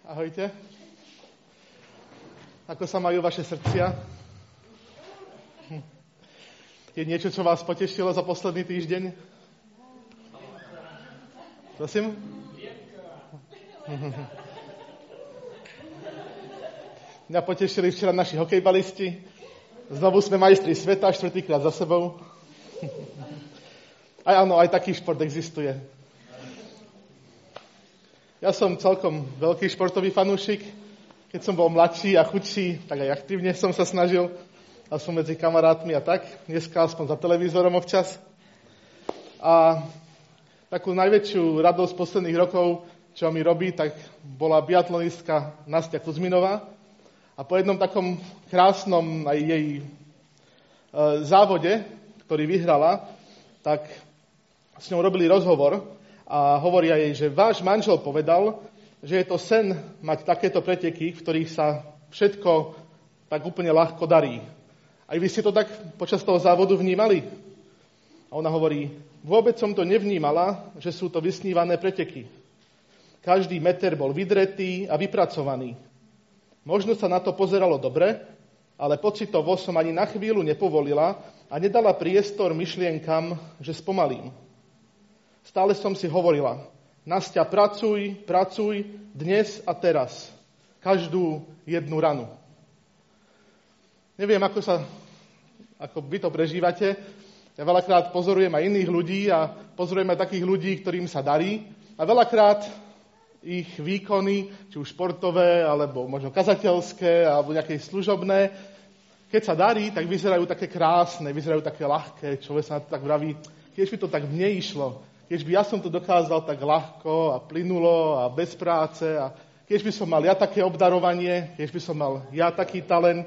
Ahojte. Ako sa majú vaše srdcia? Je niečo, čo vás potešilo za posledný týždeň? Prosím? Mňa potešili včera naši hokejbalisti. Znovu sme majstri sveta, 4-krát za sebou. Aj áno, aj taký šport existuje. Ja som celkom veľký športový fanúšik. Keď som bol mladší a chudší, tak aj aktívne som sa snažil. A som medzi kamarátmi a tak. Dneska aspoň za televízorom občas. A takú najväčšiu radosť posledných rokov, čo mi robí, tak bola biatlonistka Nastia Kuzminová. A po jednom takom krásnom aj jej závode, ktorý vyhrala, tak s ňou robili rozhovor a hovoria jej, že váš manžel povedal, že je to sen mať takéto preteky, v ktorých sa všetko tak úplne ľahko darí. Aj vy ste to tak počas toho závodu vnímali? A ona hovorí, vôbec som to nevnímala, že sú to vysnívané preteky. Každý meter bol vydretý a vypracovaný. Možno sa na to pozeralo dobre, ale pocitovo som ani na chvíľu nepovolila a nedala priestor myšlienkam, že spomalím. Stále som si hovorila, Nastia, pracuj, dnes a teraz. Každú jednu ranu. Neviem, ako vy to prežívate. Ja veľakrát pozorujem aj iných ľudí a pozorujem aj takých ľudí, ktorým sa darí. A veľakrát ich výkony, či už športové, alebo možno kazateľské, alebo nejaké služobné, keď sa darí, tak vyzerajú také krásne, vyzerajú také ľahké. Človek sa na to tak vraví, keď by to tak mne išlo, keď by ja som to dokázal tak ľahko a plynulo a bez práce a keď by som mal ja také obdarovanie, keď by som mal ja taký talent.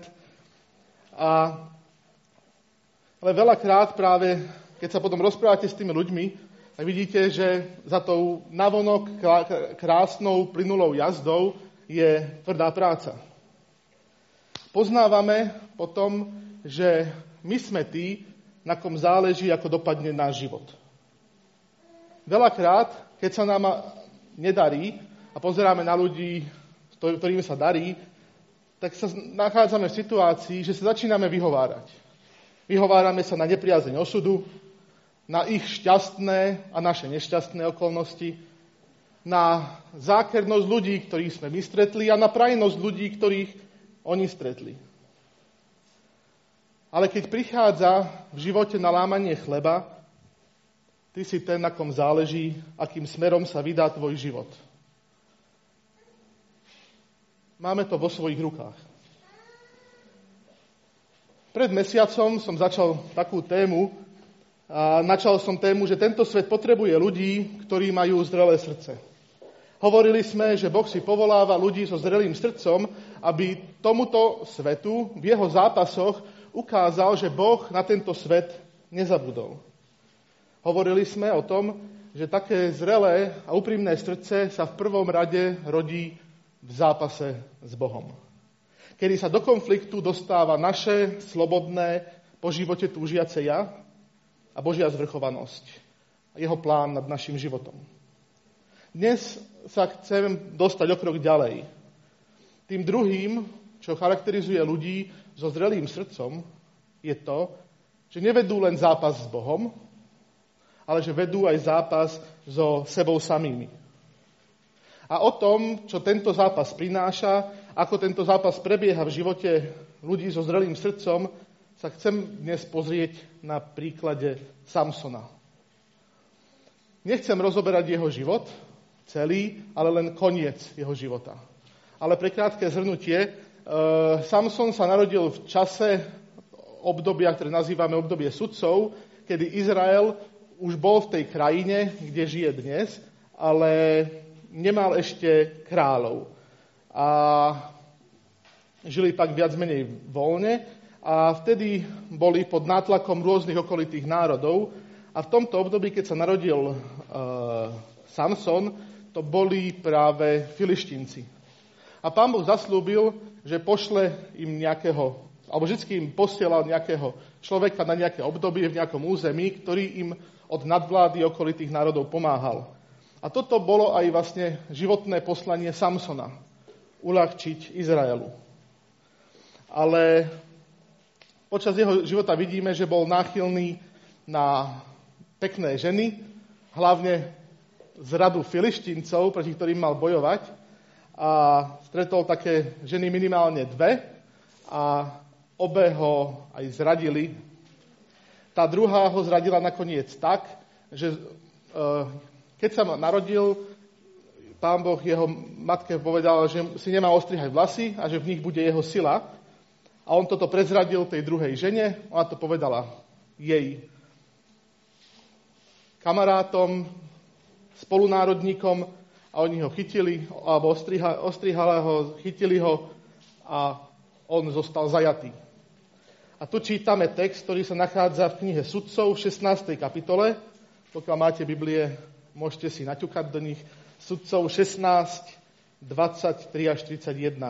Ale veľakrát práve, keď sa potom rozprávate s tými ľuďmi, tak vidíte, že za tou navonok krásnou plynulou jazdou je tvrdá práca. Poznávame potom, že my sme tí, na kom záleží, ako dopadne náš život. Veľakrát, keď sa nám nedarí a pozeráme na ľudí, ktorým sa darí, tak sa nachádzame v situácii, že sa začíname vyhovárať. Vyhovárame sa na nepriazeň osudu, na ich šťastné a naše nešťastné okolnosti, na zákernosť ľudí, ktorých sme my stretli a na prajnosť ľudí, ktorých oni stretli. Ale keď prichádza v živote na lámanie chleba, ty si ten, na kom záleží, akým smerom sa vydá tvoj život. Máme to vo svojich rukách. Pred mesiacom som začal takú tému a načal som tému, že tento svet potrebuje ľudí, ktorí majú zrelé srdce. Hovorili sme, že Boh si povoláva ľudí so zrelým srdcom, aby tomuto svetu v jeho zápasoch ukázal, že Boh na tento svet nezabudol. Hovorili sme o tom, že také zrelé a úprimné srdce sa v prvom rade rodí v zápase s Bohom. Kedy sa do konfliktu dostáva naše slobodné, po živote túžiace ja a Božia zvrchovanosť a jeho plán nad našim životom. Dnes sa chcem dostať o krok ďalej. Tým druhým, čo charakterizuje ľudí so zrelým srdcom, je to, že nevedú len zápas s Bohom, ale že vedú aj zápas so sebou samými. A o tom, čo tento zápas prináša, ako tento zápas prebieha v živote ľudí so zrelým srdcom, sa chcem dnes pozrieť na príklade Samsona. Nechcem rozoberať jeho život celý, ale len koniec jeho života. Ale pre krátke zhrnutie, Samson sa narodil v čase obdobia, ktoré nazývame obdobie sudcov, kedy Izrael už bol v tej krajine, kde žije dnes, ale nemal ešte kráľov. A žili pak viac menej voľne a vtedy boli pod nátlakom rôznych okolitých národov. A v tomto období, keď sa narodil Samson, to boli práve Filištínci. A Pán Boh zaslúbil, že pošle im nejakého, alebo vždy im posielal nejakého človeka na nejaké obdobie v nejakom území, ktorý im od nadvlády okolitých národov pomáhal. A toto bolo aj vlastne životné poslanie Samsona. uľahčiť Izraelu. Ale počas jeho života vidíme, že bol náchylný na pekné ženy, hlavne z radu Filištíncov, proti ktorým mal bojovať. A stretol také ženy minimálne 2 a obe ho aj zradili. Tá druhá ho zradila nakoniec tak, že keď sa narodil, Pán Boh jeho matke povedal, že si nemá ostrihať vlasy a že v nich bude jeho sila. A on toto prezradil tej druhej žene, ona to povedala jej kamarátom, spolunárodníkom a oni ho chytili, alebo ostrihali ho, chytili ho a on zostal zajatý. A tu čítame text, ktorý sa nachádza v knihe Sudcov v 16. kapitole. Pokiaľ máte Biblie, môžete si naťukať do nich. Sudcov 16, 23 až 31.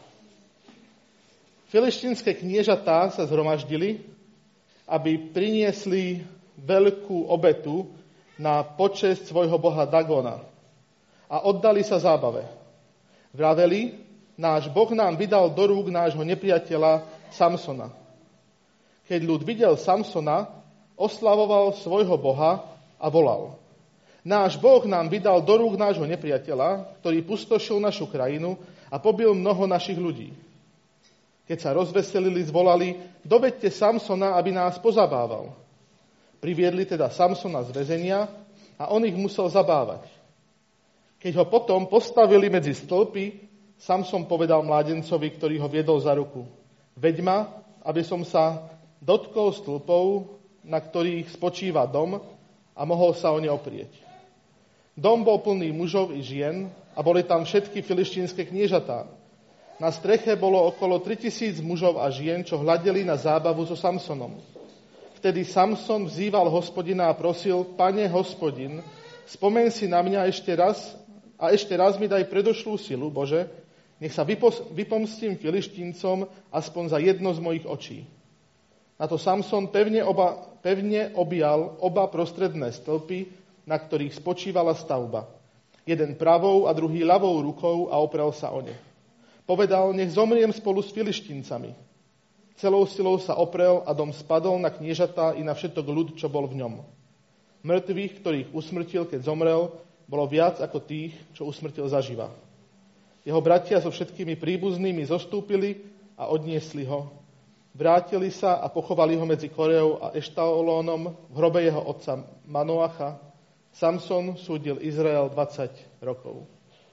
Filištínske kniežatá sa zhromaždili, aby priniesli veľkú obetu na počesť svojho boha Dagona a oddali sa zábave. Vraveli, náš Boh nám vydal do rúk nášho nepriateľa Samsona. Keď ľud videl Samsona, oslavoval svojho boha a volal. Náš Boh nám vydal do rúk nášho nepriateľa, ktorý pustošil našu krajinu a pobil mnoho našich ľudí. Keď sa rozveselili, zvolali, doveďte Samsona, aby nás pozabával. Priviedli teda Samsona z väzenia a on ich musel zabávať. Keď ho potom postavili medzi stĺpy, Samson povedal mládencovi, ktorý ho viedol za ruku, veď ma, aby som sa dotkol stĺpov, na ktorých spočíva dom a mohol sa o ne oprieť. Dom bol plný mužov i žien a boli tam všetky filištínske kniežatá. Na streche bolo okolo 3000 mužov a žien, čo hľadeli na zábavu so Samsonom. Vtedy Samson vzýval Hospodina a prosil, Pane Hospodin, spomeň si na mňa ešte raz mi daj predošlú silu, Bože, nech sa vypomstím Filištíncom aspoň za jedno z mojich očí. Na to Samson pevne objal oba prostredné stĺpy, na ktorých spočívala stavba. Jeden pravou a druhý ľavou rukou a oprel sa o ne. Povedal, nech zomriem spolu s Filištíncami. Celou silou sa oprel a dom spadol na kniežatá i na všetok ľud, čo bol v ňom. Mŕtvych, ktorých usmrtil, keď zomrel, bolo viac ako tých, čo usmrtil zaživa. Jeho bratia so všetkými príbuznými zostúpili a odniesli ho. Vrátili sa a pochovali ho medzi Koreou a Eštaolónom v hrobe jeho otca Manoacha. Samson súdil Izrael 20 rokov.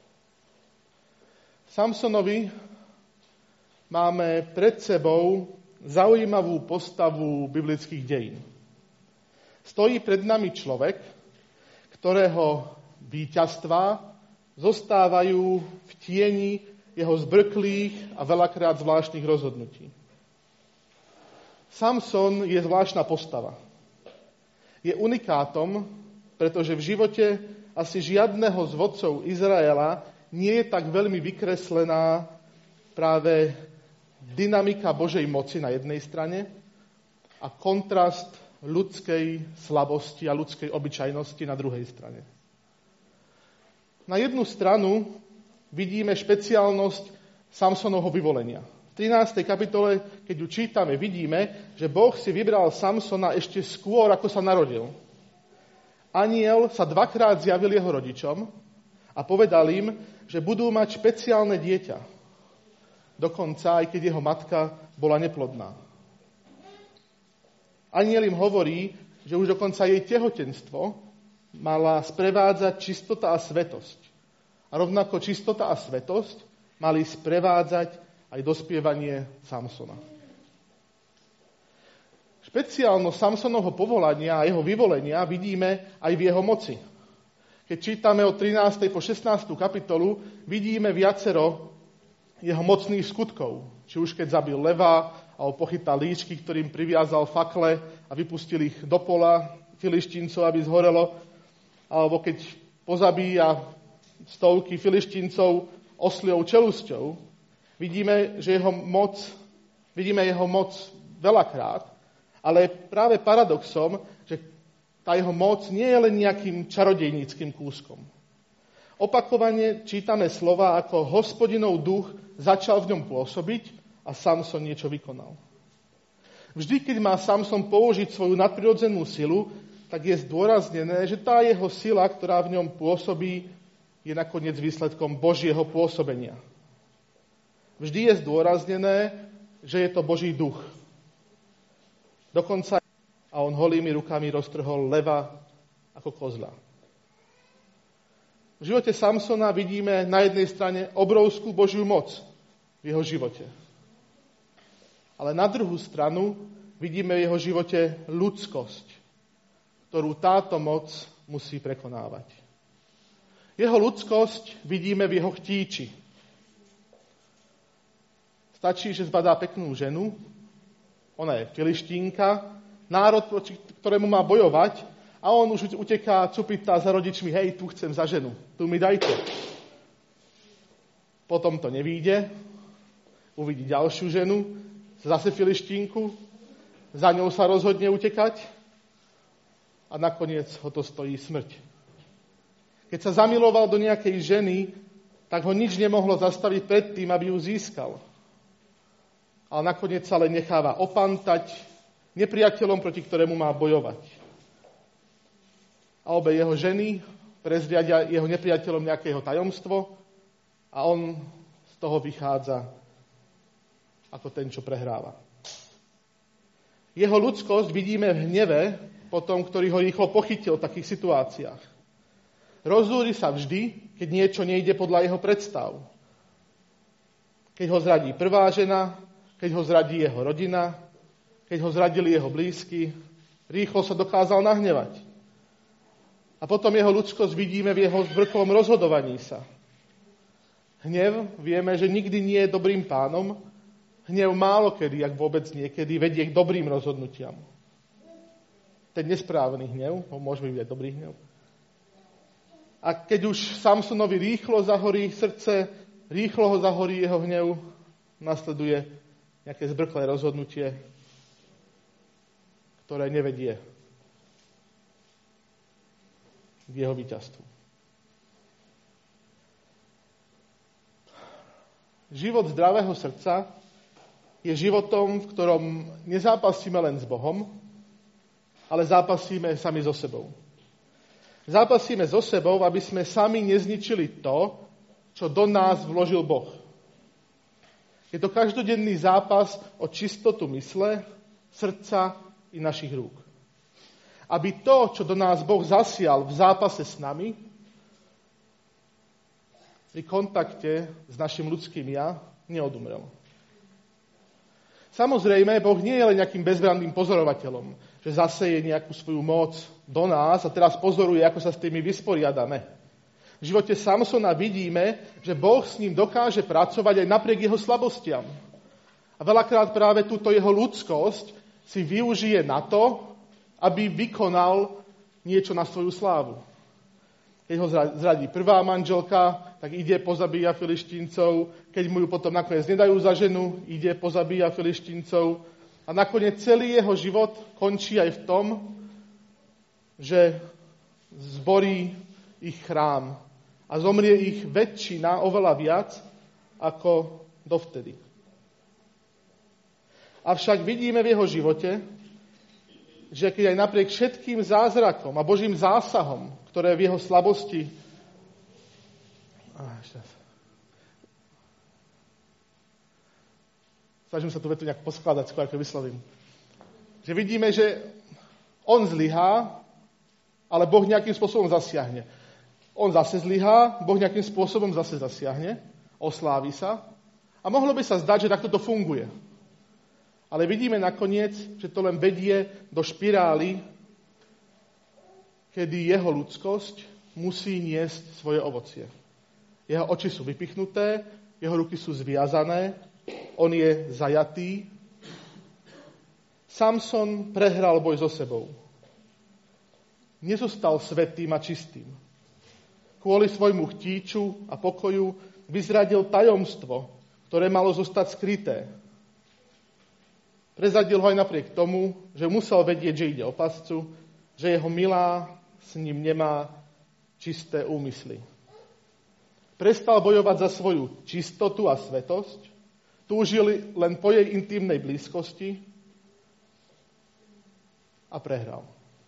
Samsonovi máme pred sebou zaujímavú postavu biblických dejín. Stojí pred nami človek, ktorého víťazstvá zostávajú v tieni jeho zbrklých a veľakrát zvláštnych rozhodnutí. Samson je zvláštna postava. Je unikátom, pretože v živote asi žiadneho z vodcov Izraela nie je tak veľmi vykreslená práve dynamika Božej moci na jednej strane a kontrast ľudskej slabosti a ľudskej obyčajnosti na druhej strane. Na jednu stranu vidíme špeciálnosť Samsonovho vyvolenia. V 13. kapitole, keď ju čítame, vidíme, že Boh si vybral Samsona ešte skôr, ako sa narodil. Anjel sa 2-krát zjavil jeho rodičom a povedal im, že budú mať špeciálne dieťa. Dokonca, aj keď jeho matka bola neplodná. Anjel im hovorí, že už dokonca jej tehotenstvo mala sprevádzať čistota a svetosť. A rovnako čistota a svetosť mali sprevádzať aj dospievanie Samsona. Špeciálnosť Samsonovho povolania a jeho vyvolenia vidíme aj v jeho moci. Keď čítame od 13. po 16. kapitolu, vidíme viacero jeho mocných skutkov. Či už keď zabil leva, alebo pochytal líčky, ktorým priviazal fakle a vypustil ich do pola Filištíncov, aby zhorelo, alebo keď pozabíja stovky Filištíncov osliou čelusťou, vidíme jeho moc veľakrát, ale práve paradoxom, že tá jeho moc nie je len nejakým čarodejníckym kúskom. Opakovane čítame slova, ako Hospodinov duch začal v ňom pôsobiť a Samson niečo vykonal. Vždy, keď má Samson použiť svoju nadprirodzenú silu, tak je zdôraznené, že tá jeho sila, ktorá v ňom pôsobí, je nakoniec výsledkom Božieho pôsobenia. Vždy je zdôraznené, že je to Boží duch. Dokonca a on holými rukami roztrhol leva ako kozla. V živote Samsona vidíme na jednej strane obrovskú Božiu moc v jeho živote. Ale na druhú stranu vidíme v jeho živote ľudskosť, ktorú táto moc musí prekonávať. Jeho ľudskosť vidíme v jeho chtíči. Stačí, že zbadá peknú ženu, ona je Filištínka, národ, proti ktorému má bojovať, a on už uteká, cupitá za rodičmi, hej, tu chcem za ženu, tu mi dajte. Potom to nevíde, uvidí ďalšiu ženu, zase Filištínku, za ňou sa rozhodne utekať a nakoniec ho to stojí smrť. Keď sa zamiloval do nejakej ženy, tak ho nič nemohlo zastaviť pred tým, aby ju získal. Ale nakoniec sa len necháva opantať nepriateľom, proti ktorému má bojovať. A obe jeho ženy prezriadia jeho nepriateľom nejakého tajomstvo a on z toho vychádza ako ten, čo prehráva. Jeho ľudskosť vidíme v hneve potom, ktorý ho rýchlo pochytil v takých situáciách. Rozzúri sa vždy, keď niečo nejde podľa jeho predstav. Keď ho zradí prvá žena, keď ho zradí jeho rodina, keď ho zradili jeho blízky, rýchlo sa dokázal nahnevať. A potom jeho ľudskosť vidíme v jeho zbrklom rozhodovaní sa. Hnev, vieme, že nikdy nie je dobrým pánom. Hnev málo kedy, ak vôbec niekedy, vedie k dobrým rozhodnutiam. Ten nesprávny hnev, môžeme vidieť dobrý hnev. A keď už Samsonovi rýchlo zahorí srdce, rýchlo ho zahorí jeho hnev, nasleduje nejaké zbrklé rozhodnutie, ktoré nevedie k jeho víťazstvu. Život zdravého srdca je životom, v ktorom nezápasíme len s Bohom, ale zápasíme sami so sebou. Zápasíme so sebou, aby sme sami nezničili to, čo do nás vložil Boh. Je to každodenný zápas o čistotu mysle, srdca i našich rúk. Aby to, čo do nás Boh zasial v zápase s nami, pri kontakte s našim ľudským ja, neodumrel. Samozrejme, Boh nie je len nejakým bezbranným pozorovateľom, že zaseje nejakú svoju moc do nás a teraz pozoruje, ako sa s tými vysporiadame. V živote Samsona vidíme, že Boh s ním dokáže pracovať aj napriek jeho slabostiam. A veľakrát práve túto jeho ľudskosť si využije na to, aby vykonal niečo na svoju slávu. Keď ho zradí prvá manželka, tak ide, pozabíja Filištíncov. Keď mu ju potom nakoniec nedajú za ženu, ide, pozabíja Filištíncov. A nakoniec celý jeho život končí aj v tom, že zborí ich chrám. A zomrie ich väčšina, oveľa viac, ako dovtedy. Avšak vidíme v jeho živote, že keď aj napriek všetkým zázrakom a Božím zásahom, ktoré v jeho slabosti... Snažím sa tu vetu nejak poskladať, skôr ako vyslovím. Že vidíme, že on zlyhá, ale Boh nejakým spôsobom zasiahne. On zase zlyhá, Boh nejakým spôsobom zase zasiahne, oslávi sa a mohlo by sa zdať, že takto to funguje. Ale vidíme nakoniec, že to len vedie do špirály, kedy jeho ľudskosť musí niesť svoje ovocie. Jeho oči sú vypichnuté, jeho ruky sú zviazané, on je zajatý. Samson prehral boj so sebou. Nezostal svätým a čistým. Kvôli svojmu chtíču a pokoju vyzradil tajomstvo, ktoré malo zostať skryté. Prezradil ho aj napriek tomu, že musel vedieť, že ide o pascu, že jeho milá s ním nemá čisté úmysly. prestal bojovať za svoju čistotu a svetosť, túžil len po jej intímnej blízkosti a prehral.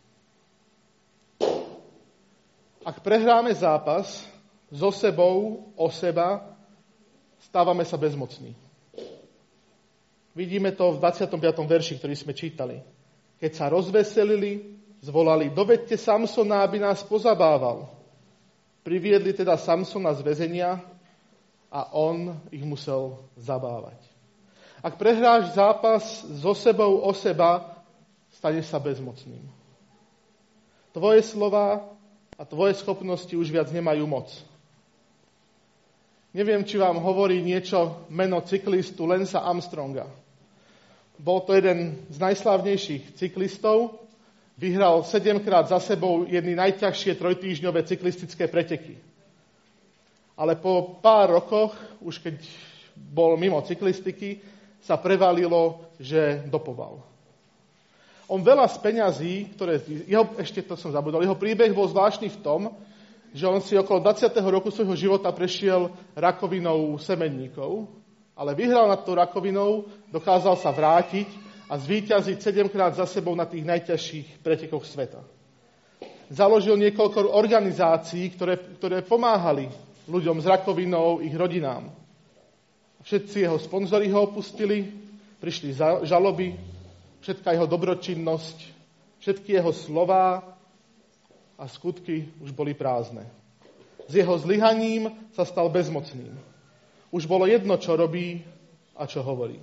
Ak prehráme zápas so sebou, o seba, stávame sa bezmocní. Vidíme to v 25. verši, ktorý sme čítali. Keď sa rozveselili, zvolali, dovedte Samsona, aby nás pozabával. Priviedli teda Samsona z väzenia a on ich musel zabávať. Ak prehráš zápas so sebou o seba, staneš sa bezmocným. Tvoje slova a tvoje schopnosti už viac nemajú moc. Neviem, či vám hovorí niečo meno cyklistu Lance'a Armstronga. Bol to jeden z najslávnejších cyklistov. Vyhral 7-krát za sebou jedny najťažšie trojtýždňové cyklistické preteky. Ale po pár rokoch, už keď bol mimo cyklistiky, sa prevalilo, že dopoval. On veľa z peňazí, jeho príbeh bol zvláštny v tom, že on si okolo 20. roku svojho života prešiel rakovinou semenníkov, ale vyhral nad tou rakovinou, dokázal sa vrátiť a zvíťaziť 7-krát za sebou na tých najťažších pretekoch sveta. Založil niekoľko organizácií, ktoré pomáhali ľuďom s rakovinou, ich rodinám. Všetci jeho sponzori ho opustili, prišli žaloby, všetká jeho dobročinnosť, všetky jeho slová a skutky už boli prázdne. S jeho zlyhaním sa stal bezmocným. Už bolo jedno, čo robí a čo hovorí.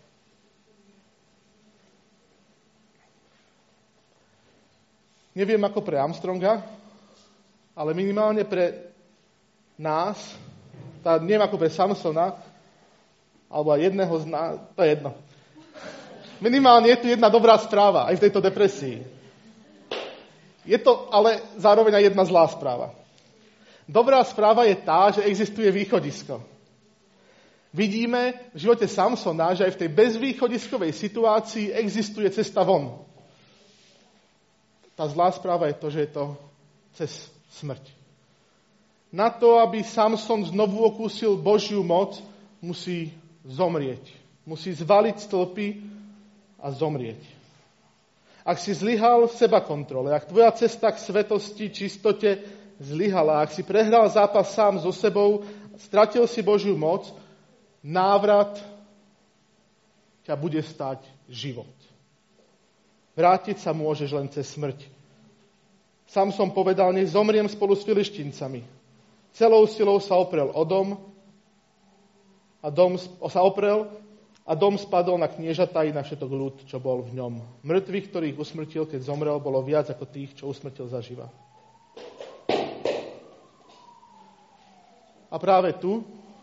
Neviem ako pre Armstronga, ale minimálne pre nás, neviem ako pre Samsona, alebo jedného z nás, to je jedno. Minimálne je tu jedna dobrá správa aj v tejto depresii. Je to ale zároveň aj jedna zlá správa. Dobrá správa je tá, že existuje východisko. Vidíme v živote Samsona, že aj v tej bezvýchodiskovej situácii existuje cesta von. Tá zlá správa je to, že je to cez smrť. Na to, aby Samson znovu okúsil Božiu moc, musí zomrieť. Musí zvaliť stĺpy a zomrieť. Ak si zlyhal v sebakontrole, ak tvoja cesta k svetosti, čistote zlyhala, ak si prehral zápas sám so sebou, stratil si Božiu moc, návrat ťa bude stáť život. Vrátiť sa môžeš len cez smrť. Samson povedal, nech zomriem spolu s Filištíncami. Celou silou sa oprel o dom a dom spadol na kniežatá i na všetok ľud, čo bol v ňom. Mŕtvych, ktorých usmrtil, keď zomrel, bolo viac ako tých, čo usmrtil zaživa. A práve tu,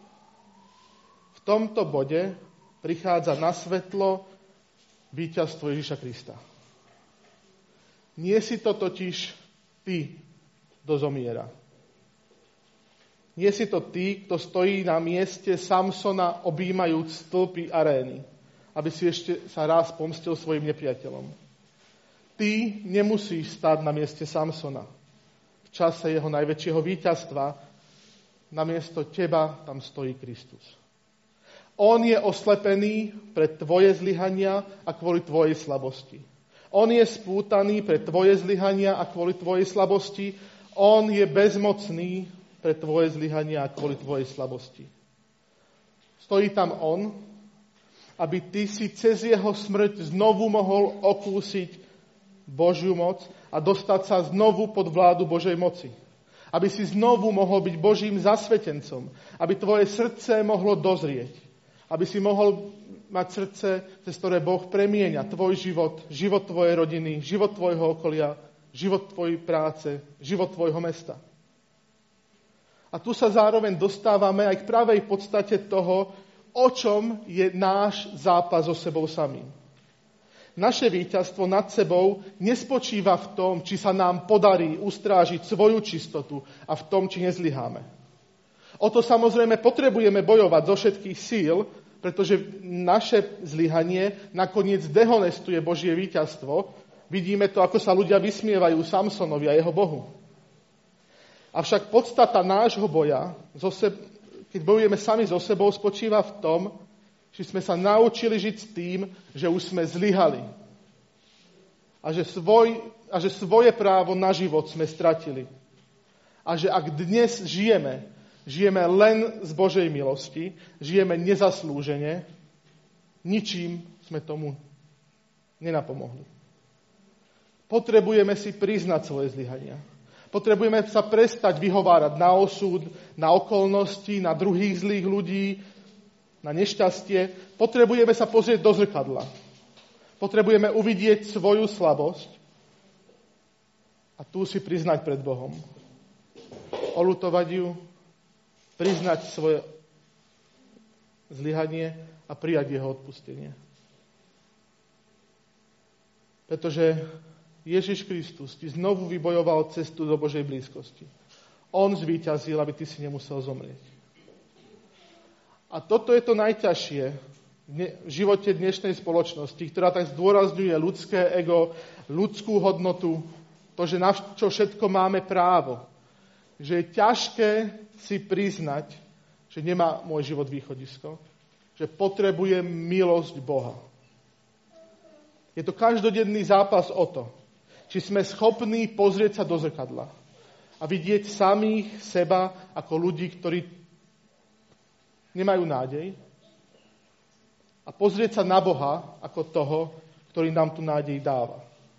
v tomto bode, prichádza na svetlo víťazstvo Ježiša Krista. Nie si to totiž ty, kto zomiera. Nie si to ty, kto stojí na mieste Samsona, objímajúc stĺpy arény, aby si ešte sa raz pomstil svojim nepriateľom. Ty nemusíš stáť na mieste Samsona. V čase jeho najväčšieho víťazstva namiesto teba tam stojí Kristus. On je oslepený pre tvoje zlyhania a kvôli tvojej slabosti. On je spútaný pre tvoje zlyhania a kvôli tvojej slabosti. On je bezmocný pre tvoje zlyhania a kvôli tvojej slabosti. Stojí tam on, aby ty si cez jeho smrť znovu mohol okúsiť Božiu moc a dostať sa znovu pod vládu Božej moci. Aby si znovu mohol byť Božím zasvetencom. Aby tvoje srdce mohlo dozrieť. Aby si mohol mať srdce, cez ktoré Boh premieňa tvoj život, život tvojej rodiny, život tvojho okolia, život tvojej práce, život tvojho mesta. A tu sa zároveň dostávame aj k pravej podstate toho, o čom je náš zápas so sebou samým. Naše víťazstvo nad sebou nespočíva v tom, či sa nám podarí ustrážiť svoju čistotu a v tom, či nezlyháme. O to samozrejme potrebujeme bojovať zo všetkých síl, pretože naše zlyhanie nakoniec dehonestuje Božie víťazstvo. Vidíme to, ako sa ľudia vysmievajú Samsonovi a jeho Bohu. Avšak podstata nášho boja, keď bojujeme sami so sebou, spočíva v tom, že sme sa naučili žiť s tým, že už sme zlyhali. A že svoje právo na život sme stratili. A že ak dnes žijeme len z Božej milosti, žijeme nezaslúžene, ničím sme tomu nenapomohli. Potrebujeme si priznať svoje zlyhania. Potrebujeme sa prestať vyhovárať na osud, na okolnosti, na druhých zlých ľudí, na nešťastie. Potrebujeme sa pozrieť do zrkadla. Potrebujeme uvidieť svoju slabosť a tu si priznať pred Bohom. Oľutovať ju, priznať svoje zlyhanie a prijať jeho odpustenie. Pretože Ježiš Kristus ti znovu vybojoval cestu do Božej blízkosti. On zvíťazil, aby ty si nemusel zomrieť. A toto je to najťažšie v živote dnešnej spoločnosti, ktorá tak zdôrazňuje ľudské ego, ľudskú hodnotu, to, že na čo všetko máme právo. Že je ťažké si priznať, že nemá môj život východisko, že potrebujem milosť Boha. Je to každodenný zápas o to, či sme schopní pozrieť sa do zrkadla a vidieť samých seba ako ľudí, ktorí nemajú nádej a pozrieť sa na Boha ako toho, ktorý nám tú nádej dáva.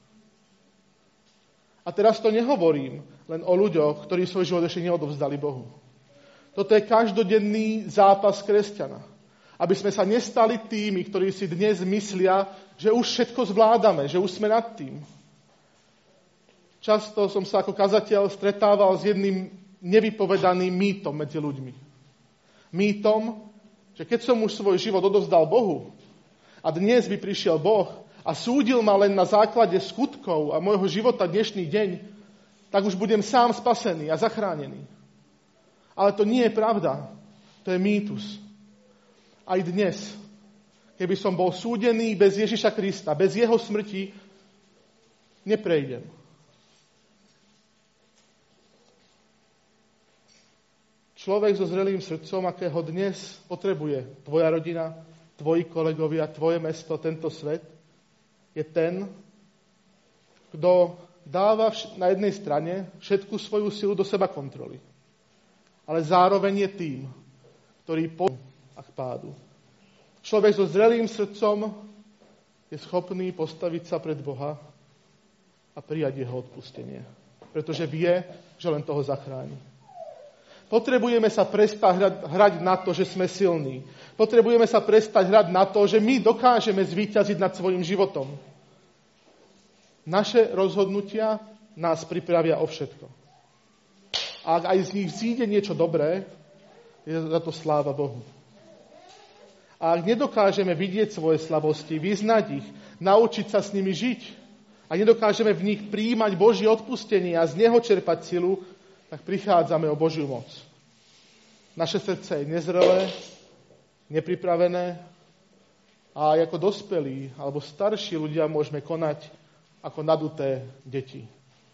A teraz to nehovorím len o ľuďoch, ktorí svoj život ešte neodovzdali Bohu. Toto je každodenný zápas kresťana. Aby sme sa nestali tými, ktorí si dnes myslia, že už všetko zvládame, že už sme nad tým. Často som sa ako kazateľ stretával s jedným nevypovedaným mýtom medzi ľuďmi. Mýtom, že keď som už svoj život odovzdal Bohu a dnes by prišiel Boh a súdil ma len na základe skutkov a môjho života dnešný deň, tak už budem sám spasený a zachránený. Ale to nie je pravda. To je mýtus. Aj dnes, keby som bol súdený bez Ježiša Krista, bez jeho smrti, neprejdem. Človek so zrelým srdcom, akého dnes potrebuje tvoja rodina, tvoji kolegovia, tvoje mesto, tento svet, je ten, kto dáva na jednej strane všetku svoju silu do seba kontroly. Ale zároveň je tým, ktorý a k pádu. Človek so zrelým srdcom je schopný postaviť sa pred Boha a prijať jeho odpustenie. Pretože vie, že len toho zachráni. Potrebujeme sa prestať hrať na to, že sme silní. Potrebujeme sa prestať hrať na to, že my dokážeme zvíťaziť nad svojim životom. Naše rozhodnutia nás pripravia o všetko. A ak aj z nich zíde niečo dobré, je za to sláva Bohu. A ak nedokážeme vidieť svoje slabosti, vyznať ich, naučiť sa s nimi žiť, a nedokážeme v nich prijímať Božie odpustenie a z neho čerpať silu, tak prichádzame o Božiu moc. Naše srdce je nezrelé, nepripravené a ako dospelí alebo starší ľudia môžeme konať ako naduté deti.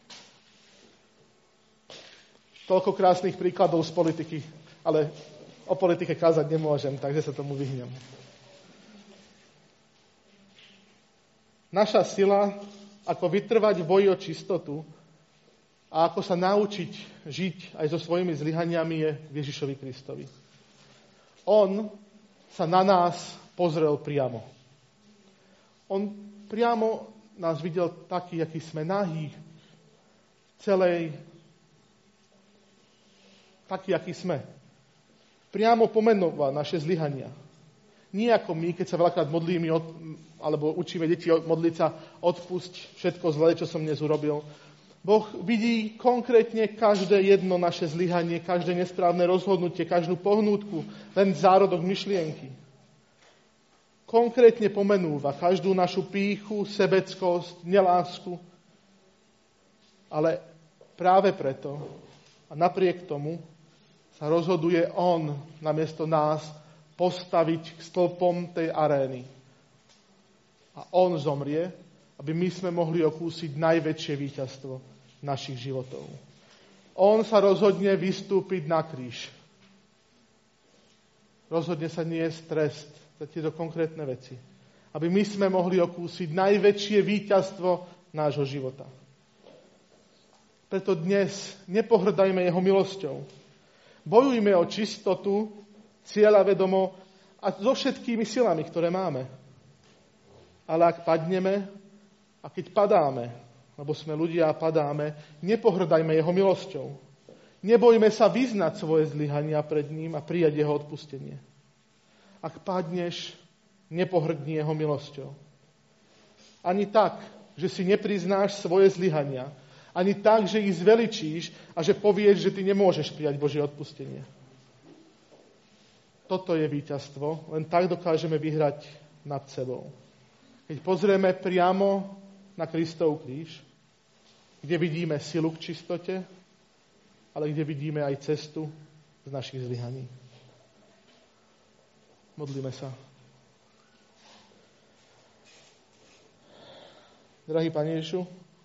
Toľko krásnych príkladov z politiky, ale o politike kázať nemôžem, takže sa tomu vyhnem. Naša sila, ako vytrvať v boji o čistotu, a ako sa naučiť žiť aj so svojimi zlyhaniami, je Ježišovi Kristovi. On sa na nás pozrel priamo. On priamo nás videl taký, aký sme nahý, taký, aký sme. Priamo pomenoval naše zlyhania. Nie ako my, keď sa veľakrát modlíme, alebo učíme deti modliť sa, odpusť všetko zlé, čo som dnes urobil. Boh vidí konkrétne každé jedno naše zlyhanie, každé nesprávne rozhodnutie, každú pohnútku, len zárodok myšlienky. Konkrétne pomenúva každú našu pýchu, sebeckosť, nelásku. Ale práve preto a napriek tomu sa rozhoduje on namiesto nás postaviť k stĺpom tej arény. A on zomrie, aby my sme mohli okúsiť najväčšie víťazstvo našich životov. On sa rozhodne vystúpiť na kríž. Rozhodne sa niesť trest za tieto konkrétne veci. Aby my sme mohli okúsiť najväčšie víťazstvo nášho života. Preto dnes nepohrdajme jeho milosťou. Bojujme o čistotu, cieľavedomo a so všetkými silami, ktoré máme. Ale ak padneme, a keď padáme, lebo sme ľudia a padáme, nepohrdajme jeho milosťou. Nebojme sa vyznať svoje zlyhania pred ním a prijať jeho odpustenie. Ak padneš, nepohrdni jeho milosťou. Ani tak, že si nepriznáš svoje zlyhania, ani tak, že ich zveličíš a že povieš, že ty nemôžeš prijať Božie odpustenie. Toto je víťazstvo, len tak dokážeme vyhrať nad sebou. Keď pozrieme priamo na Kristov kríž, kde vidíme silu k čistote, ale kde vidíme aj cestu z našich zlyhaní. Modlíme sa. Drahý Pane Ježišu,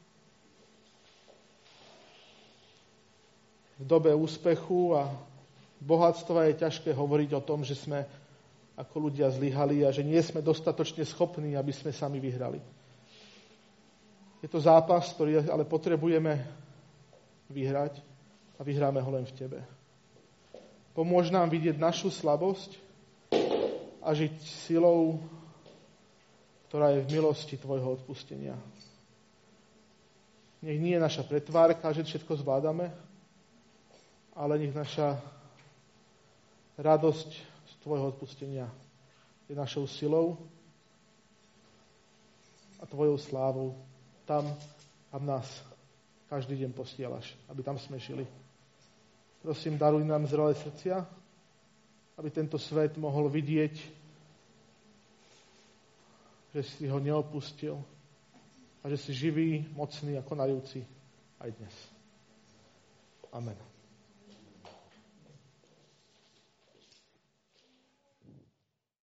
v dobe úspechu a bohatstva je ťažké hovoriť o tom, že sme ako ľudia zlyhali a že nie sme dostatočne schopní, aby sme sami vyhrali. Je to zápas, ktorý ale potrebujeme vyhrať a vyhráme ho len v Tebe. Pomôž nám vidieť našu slabosť a žiť silou, ktorá je v milosti Tvojho odpustenia. Nech nie je naša pretvárka, že všetko zvládame, ale nech naša radosť z Tvojho odpustenia je našou silou a Tvojou slávou tam a v nás každý deň posielaš, aby tam sme žili. Prosím, daruj nám zrelé srdcia, aby tento svet mohol vidieť, že si ho neopustil a že si živý, mocný a konajúci aj dnes. Amen.